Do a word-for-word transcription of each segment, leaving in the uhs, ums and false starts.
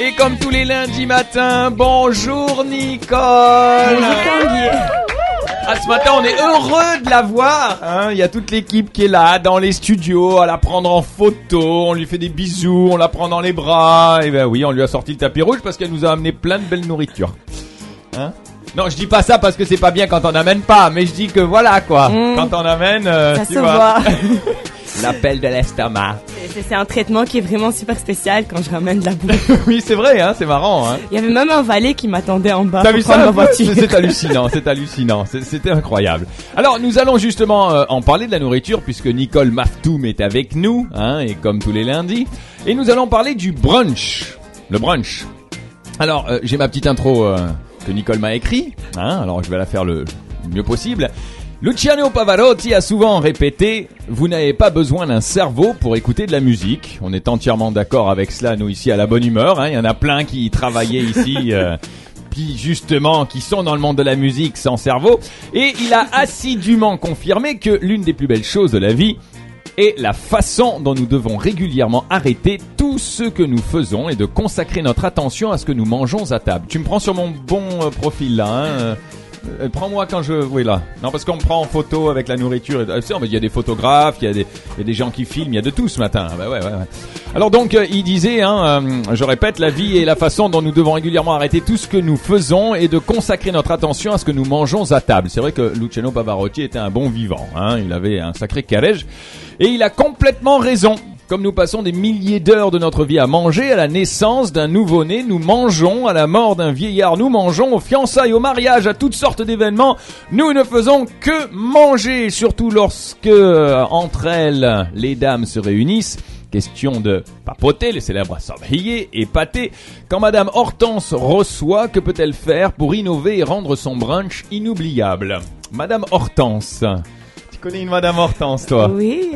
Et comme tous les lundis matins, bonjour Nicole. Bonjour Tanguy. Ah, ce matin, on est heureux de la voir. Hein, il y a toute l'équipe qui est là, dans les studios, à la prendre en photo. On lui fait des bisous, on la prend dans les bras. Et ben oui, on lui a sorti le tapis rouge parce qu'elle nous a amené plein de belles nourritures. Hein? Non, je dis pas ça parce que c'est pas bien quand on n'amène pas, mais je dis que voilà quoi. Mmh. Quand on amène, euh, ça tu se vois. voit. L'appel de l'estomac. C'est, c'est un traitement qui est vraiment super spécial quand je ramène de la bouffe. Oui, c'est vrai, hein, c'est marrant. Hein. Il y avait même un valet qui m'attendait en bas. T'as pour vu prendre ça ma voiture. c'est, c'est hallucinant, c'est hallucinant, c'est, c'était incroyable. Alors, nous allons justement euh, en parler de la nourriture puisque Nicole Maftoum est avec nous, hein, et comme tous les lundis. Et nous allons parler du brunch. Le brunch. Alors, euh, j'ai ma petite intro euh, que Nicole m'a écrit, hein, alors je vais la faire le mieux possible. Luciano Pavarotti a souvent répété « Vous n'avez pas besoin d'un cerveau pour écouter de la musique ». On est entièrement d'accord avec cela, nous, ici, à La Bonne Humeur. Hein. Il y en a plein qui travaillaient ici, euh, qui, justement, qui sont dans le monde de la musique sans cerveau. Et il a assidûment confirmé que l'une des plus belles choses de la vie est la façon dont nous devons régulièrement arrêter tout ce que nous faisons et de consacrer notre attention à ce que nous mangeons à table. Tu me prends sur mon bon euh, profil, là, hein. Euh, prends-moi quand je... Oui, là. Non, parce qu'on me prend en photo avec la nourriture. Et... Il y a des photographes, il y a des, il y a des gens qui filment, il y a de tout ce matin. Bah ouais, ouais, ouais. Alors donc, euh, il disait, hein, euh, je répète, la vie est la façon dont nous devons régulièrement arrêter tout ce que nous faisons et de consacrer notre attention à ce que nous mangeons à table. C'est vrai que Luciano Pavarotti était un bon vivant. Hein, il avait un sacré carège. Et il a complètement raison. Comme nous passons des milliers d'heures de notre vie à manger, à la naissance d'un nouveau-né, nous mangeons, à la mort d'un vieillard, nous mangeons, aux fiançailles, au mariage, à toutes sortes d'événements, nous ne faisons que manger, surtout lorsque, euh, entre elles, les dames se réunissent. Question de papoter, les célèbres sabliers et pâtés. Quand Madame Hortense reçoit, que peut-elle faire pour innover et rendre son brunch inoubliable? Madame Hortense. Tu connais une Madame Hortense, toi? Oui.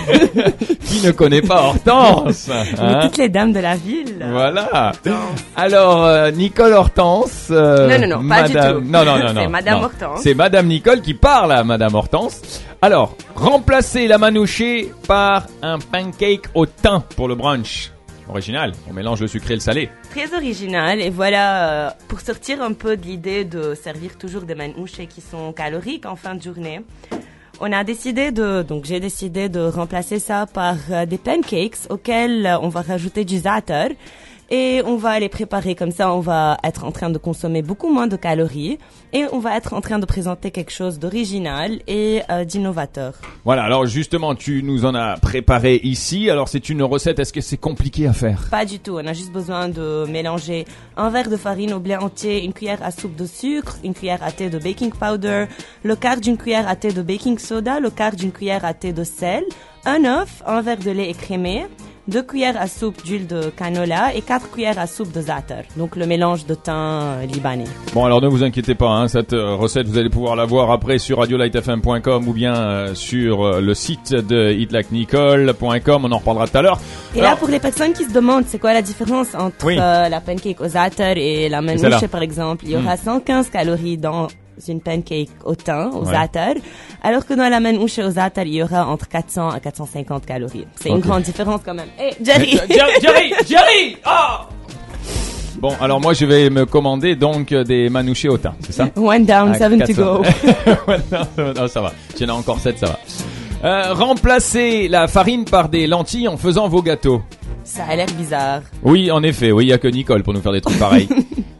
Qui ne connaît pas Hortense, hein? Toutes les dames de la ville. Voilà. Alors, euh, Nicole Hortense. Euh, non, non, non, Madame... pas du tout. Non, non, non, non. C'est Madame non. Hortense. C'est Madame Nicole qui parle à Madame Hortense. Alors, remplacer la manouchée par un pancake au thym pour le brunch. Original, on mélange le sucré et le salé. Très original, et voilà, euh, pour sortir un peu de l'idée de servir toujours des manouches qui sont caloriques en fin de journée, on a décidé de, donc j'ai décidé de remplacer ça par euh, des pancakes auxquels euh, on va rajouter du za'atar. Et on va les préparer comme ça, on va être en train de consommer beaucoup moins de calories et on va être en train de présenter quelque chose d'original et euh, d'innovateur. Voilà, alors justement, tu nous en as préparé ici. Alors c'est une recette, est-ce que c'est compliqué à faire? Pas du tout, on a juste besoin de mélanger un verre de farine au blé entier, une cuillère à soupe de sucre, une cuillère à thé de baking powder, le quart d'une cuillère à thé de baking soda, le quart d'une cuillère à thé de sel, un œuf, un verre de lait écrémé, deux cuillères à soupe d'huile de canola et quatre cuillères à soupe de za'atar. Donc le mélange de thym euh, libanais. Bon, alors ne vous inquiétez pas, hein, cette euh, recette, vous allez pouvoir la voir après sur radio light f m point com ou bien euh, sur euh, le site de eat like nicole point com. On en reparlera tout à l'heure. Et alors, là, pour les personnes qui se demandent c'est quoi la différence entre oui. euh, la pancake au za'atar et la manouche, par exemple, il y aura mmh. cent quinze calories dans une pancake au thym, au ouais. za'atar, alors que dans la manouche et au za'atar, il y aura entre quatre cents à quatre cent cinquante calories. C'est okay. Une grande différence quand même. Hey, Jerry! Jerry! Jerry! Jerry! Oh! Bon, alors moi je vais me commander donc des manouchés au thym, c'est ça? One down, ah, seven to go. One down, non, ça va. J'en ai encore sept, ça va. Euh, remplacez la farine par des lentilles en faisant vos gâteaux. Ça a l'air bizarre. Oui, en effet, oui, il y a que Nicole pour nous faire des trucs pareils.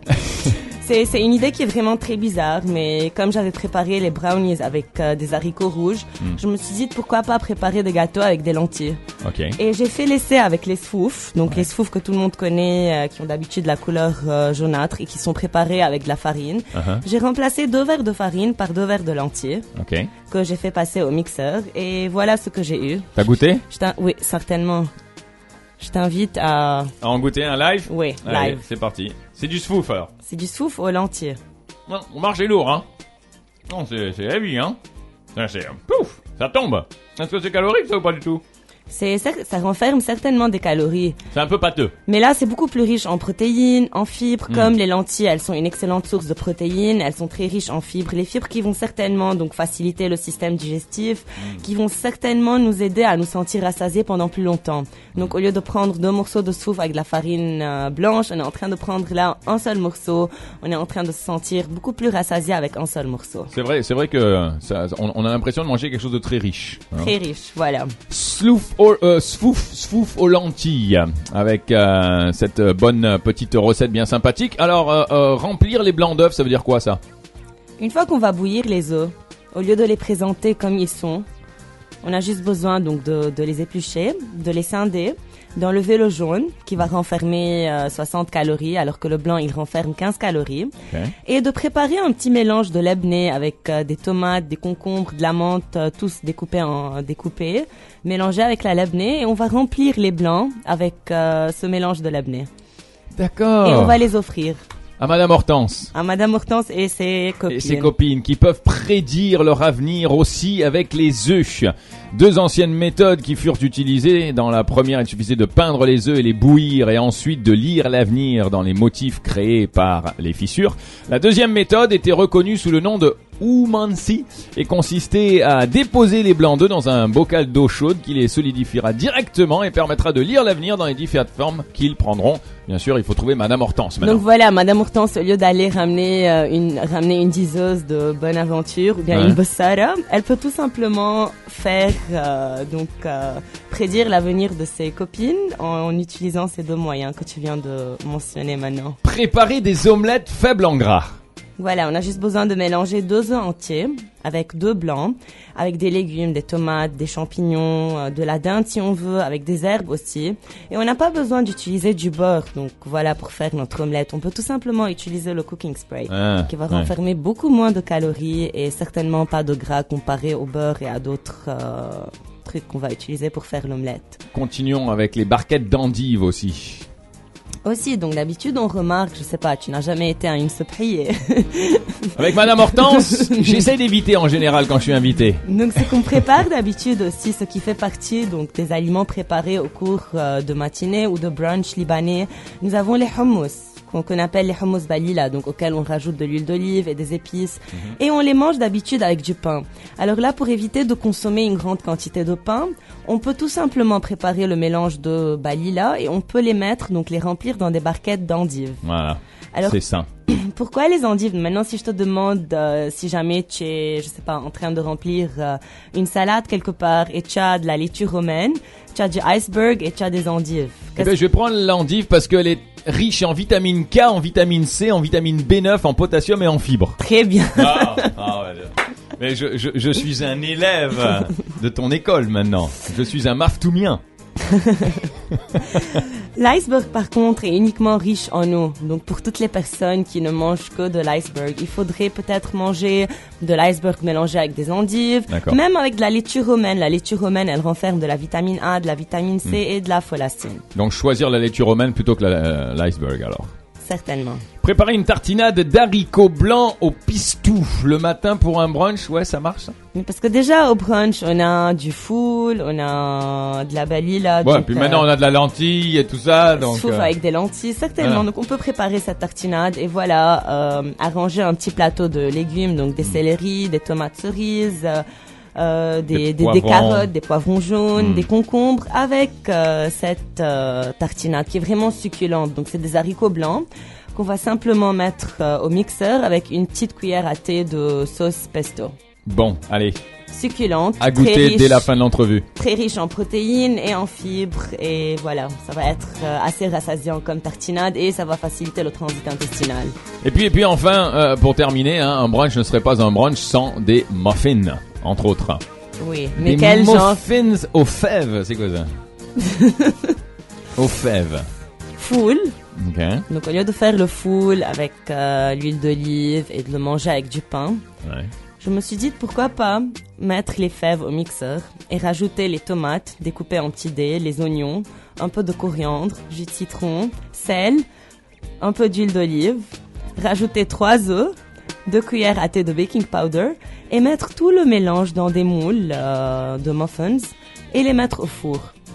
C'est, c'est une idée qui est vraiment très bizarre, mais comme j'avais préparé les brownies avec euh, des haricots rouges, mm. je me suis dit pourquoi pas préparer des gâteaux avec des lentilles. Okay. Et j'ai fait l'essai avec les sfouf, donc ouais. les sfouf que tout le monde connaît, euh, qui ont d'habitude la couleur euh, jaunâtre et qui sont préparés avec de la farine. Uh-huh. J'ai remplacé deux verres de farine par deux verres de lentilles okay. que j'ai fait passer au mixeur et voilà ce que j'ai eu. T'as goûté? Oui, certainement. Je t'invite à... À en goûter un live? Oui, Allez, live. C'est parti. C'est du sfouf alors? C'est du sfouf aux lentilles. Non, on marche est lourd, hein? Non, c'est, c'est heavy, hein? C'est, pouf! Ça tombe! Est-ce que c'est calorique, ça, ou pas du tout? C'est, ça renferme certainement des calories. C'est un peu pâteux. Mais là, c'est beaucoup plus riche en protéines, en fibres, mmh. comme les lentilles, elles sont une excellente source de protéines, elles sont très riches en fibres. Les fibres qui vont certainement donc faciliter le système digestif, mmh. qui vont certainement nous aider à nous sentir rassasiés pendant plus longtemps. Donc, au lieu de prendre deux morceaux de soufre avec de la farine euh, blanche, on est en train de prendre là un seul morceau. On est en train de se sentir beaucoup plus rassasié avec un seul morceau. C'est vrai, c'est vrai que ça, on, on a l'impression de manger quelque chose de très riche. Hein. Très riche, voilà. Slouf au, euh, sfouf, sfouf aux lentilles avec euh, cette bonne petite recette bien sympathique. Alors, euh, euh, remplir les blancs d'œufs, ça veut dire quoi ça? Une fois qu'on va bouillir les œufs, au lieu de les présenter comme ils sont, on a juste besoin donc de, de les éplucher, de les scinder, d'enlever le jaune qui va renfermer euh, soixante calories alors que le blanc il renferme quinze calories. Okay. Et de préparer un petit mélange de labneh avec euh, des tomates, des concombres, de la menthe, euh, tous découpés en découpés, mélangés avec la labneh et on va remplir les blancs avec euh, ce mélange de labneh. D'accord. Et on va les offrir à Madame Hortense. À Madame Hortense et ses copines. Et ses copines qui peuvent prédire leur avenir aussi avec les œufs. Deux anciennes méthodes qui furent utilisées. Dans la première, il suffisait de peindre les œufs et les bouillir et ensuite de lire l'avenir dans les motifs créés par les fissures. La deuxième méthode était reconnue sous le nom de Oumansi et consistait à déposer les blancs d'œufs dans un bocal d'eau chaude qui les solidifiera directement et permettra de lire l'avenir dans les différentes formes qu'ils prendront. Bien sûr, il faut trouver Madame Hortense maintenant. Donc voilà, Madame Hortense, au lieu d'aller ramener euh, une ramener une diseuse de Bonaventure ou bien ouais. une Bossara, elle peut tout simplement faire euh, donc euh, prédire l'avenir de ses copines en, en utilisant ces deux moyens que tu viens de mentionner maintenant. Préparer des omelettes faibles en gras. Voilà, on a juste besoin de mélanger deux œufs entiers avec deux blancs, avec des légumes, des tomates, des champignons, de la dinde si on veut, avec des herbes aussi. Et on n'a pas besoin d'utiliser du beurre, donc voilà pour faire notre omelette. On peut tout simplement utiliser le cooking spray, ah, qui va ouais. renfermer beaucoup moins de calories et certainement pas de gras comparé au beurre et à d'autres euh, trucs qu'on va utiliser pour faire l'omelette. Continuons avec les barquettes d'endives aussi. Aussi, donc d'habitude on remarque, je sais pas, tu n'as jamais été à une sobrier. Avec Madame Hortense, j'essaie d'éviter en général quand je suis invité. Donc ce qu'on prépare d'habitude aussi, ce qui fait partie donc des aliments préparés au cours euh, de matinée ou de brunch libanais, nous avons les hummus. Qu'on, qu'on appelle les hummus balila, donc auxquels on rajoute de l'huile d'olive et des épices, mm-hmm. et on les mange d'habitude avec du pain. Alors là, pour éviter de consommer une grande quantité de pain, on peut tout simplement préparer le mélange de balila et on peut les mettre, donc les remplir dans des barquettes d'endives. Voilà. Alors, c'est ça. Pourquoi les endives? Maintenant, si je te demande euh, si jamais tu es, je sais pas, en train de remplir euh, une salade quelque part et tu as de la laitue romaine, tu as du iceberg et tu as des endives. Eh ben, je vais prendre l'endive parce qu'elle est riche en vitamine K, en vitamine C, en vitamine B neuf, en potassium et en fibres. Très bien. Ah, ah ouais. Mais je, je, je suis un élève de ton école maintenant. Je suis un maftoumien. L'iceberg, par contre, est uniquement riche en eau. Donc, pour toutes les personnes qui ne mangent que de l'iceberg, il faudrait peut-être manger de l'iceberg mélangé avec des endives, D'accord. même avec de la laitue romaine. La laitue romaine, elle renferme de la vitamine A, de la vitamine C mmh. et de la folacine. Donc, choisir la laitue romaine plutôt que la, l'iceberg, alors. Certainement. Préparer une tartinade d'haricots blancs au pistou le matin pour un brunch, ouais, ça marche ça? Parce que déjà au brunch, on a du foule, on a de la balila. Ouais, puis euh, maintenant on a de la lentille et tout ça. Donc foule euh... avec des lentilles, certainement. Voilà. Donc on peut préparer cette tartinade et voilà, euh, arranger un petit plateau de légumes, donc des mmh. céleris, des tomates cerises. Euh, Euh, des, des, des, des carottes, des poivrons jaunes, mmh. des concombres avec euh, cette euh, tartinade qui est vraiment succulente. Donc c'est des haricots blancs qu'on va simplement mettre euh, au mixeur avec une petite cuillère à thé de sauce pesto. Bon, allez. Succulente. À goûter riche, dès la fin de l'entrevue. Très riche en protéines et en fibres et voilà, ça va être euh, assez rassasiant comme tartinade et ça va faciliter le transit intestinal. Et puis et puis enfin, euh, pour terminer, hein, un brunch ne serait pas un brunch sans des muffins. Entre autres. Oui, mais des quel genre? Muffins aux fèves, c'est quoi ça? Aux fèves. Foule. Ok. Donc au lieu de faire le foule avec euh, l'huile d'olive et de le manger avec du pain, ouais. je me suis dit pourquoi pas mettre les fèves au mixeur et rajouter les tomates découpées en petits dés, les oignons, un peu de coriandre, jus de citron, sel, un peu d'huile d'olive, rajouter trois œufs, deux cuillères à thé de baking powder et mettre tout le mélange dans des moules euh, de muffins et les mettre au four.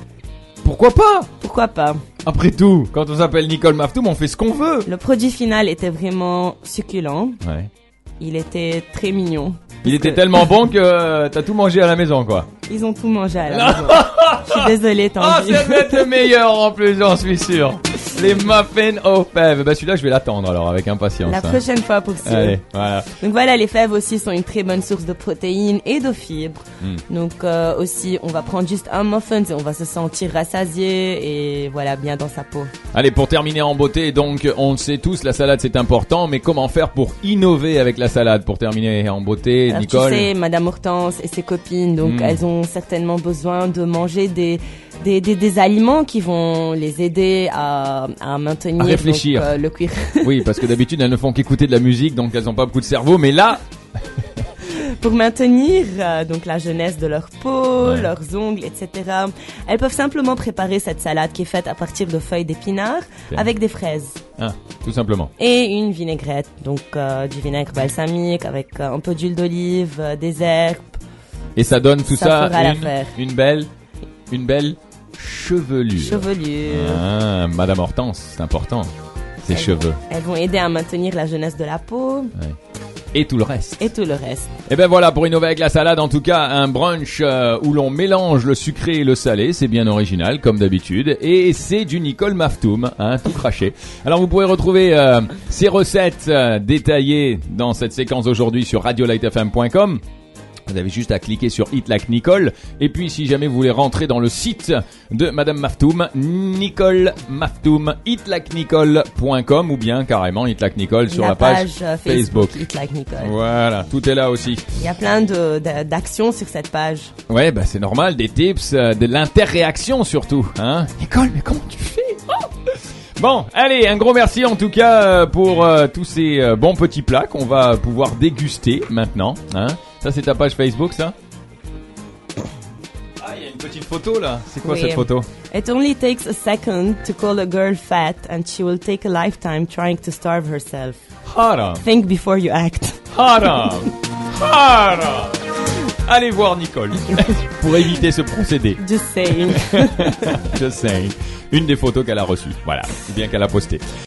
Pourquoi pas? Pourquoi pas? Après tout, quand on s'appelle Nicole Maftoum, on fait ce qu'on veut. Le produit final était vraiment succulent. Ouais. Il était très mignon. Il était tellement bon que euh, t'as tout mangé à la maison, quoi. Ils ont tout mangé à la maison. Je suis désolée, Tanguy. Ah, ça va être le meilleur en plus, j'en suis sûr. Les muffins aux fèves. Bah celui-là, je vais l'attendre alors avec impatience. La hein. prochaine fois pour sûr. Allez, voilà. Donc voilà, les fèves aussi sont une très bonne source de protéines et de fibres. Mm. Donc euh, aussi, on va prendre juste un muffin et on va se sentir rassasié et voilà, bien dans sa peau. Allez, pour terminer en beauté, donc on le sait tous, la salade c'est important, mais comment faire pour innover avec la salade? Pour terminer en beauté, alors, Nicole. Tu sais, Madame Hortense et ses copines, donc mm. elles ont certainement besoin de manger des des, des des aliments qui vont les aider à à maintenir à réfléchir. Donc, euh, le cuir. Oui, parce que d'habitude elles ne font qu'écouter de la musique, donc elles n'ont pas beaucoup de cerveau, mais là. Pour maintenir euh, donc la jeunesse de leur peau, ouais. leurs ongles, et cetera. Elles peuvent simplement préparer cette salade qui est faite à partir de feuilles d'épinards okay. avec des fraises. Ah, tout simplement. Et une vinaigrette, donc euh, du vinaigre balsamique avec euh, un peu d'huile d'olive, euh, des herbes. Et ça donne tout ça, ça une, une belle, une belle chevelure. Chevelure. Ah, Madame Hortense, c'est important. Ces elles, cheveux. Elles vont aider à maintenir la jeunesse de la peau. Ouais. Et tout le reste. Et tout le reste. Et ben voilà, pour innover avec la salade, en tout cas, un brunch euh, où l'on mélange le sucré et le salé, c'est bien original, comme d'habitude. Et c'est du Nicole Maftoum, hein, tout craché. Alors vous pouvez retrouver euh, ces recettes euh, détaillées dans cette séquence aujourd'hui sur radio light f m point com. Vous avez juste à cliquer sur Eat Like Nicole. Et puis, si jamais vous voulez rentrer dans le site de Madame Maftoum, Nicole Maftoum, eat like nicole point com ou bien carrément Eat Like Nicole sur la, la page, page Facebook. Facebook. Eat Like Nicole. Voilà, tout est là aussi. Il y a plein de, de, d'actions sur cette page. Ouais, bah c'est normal, des tips, euh, de l'interréaction surtout. Hein Nicole, mais comment tu fais? Oh Bon, allez, un gros merci en tout cas pour euh, tous ces euh, bons petits plats qu'on va pouvoir déguster maintenant. Hein Ça, c'est ta page Facebook, ça? Ah, il y a une petite photo, là. C'est quoi oui. cette photo? It only takes a second to call a girl fat and she will take a lifetime trying to starve herself. Haram. Think before you act. Haram. Haram. Allez voir Nicole pour éviter ce procédé. Just saying. Just saying. Une des photos qu'elle a reçues. Voilà. Ou bien qu'elle a postées.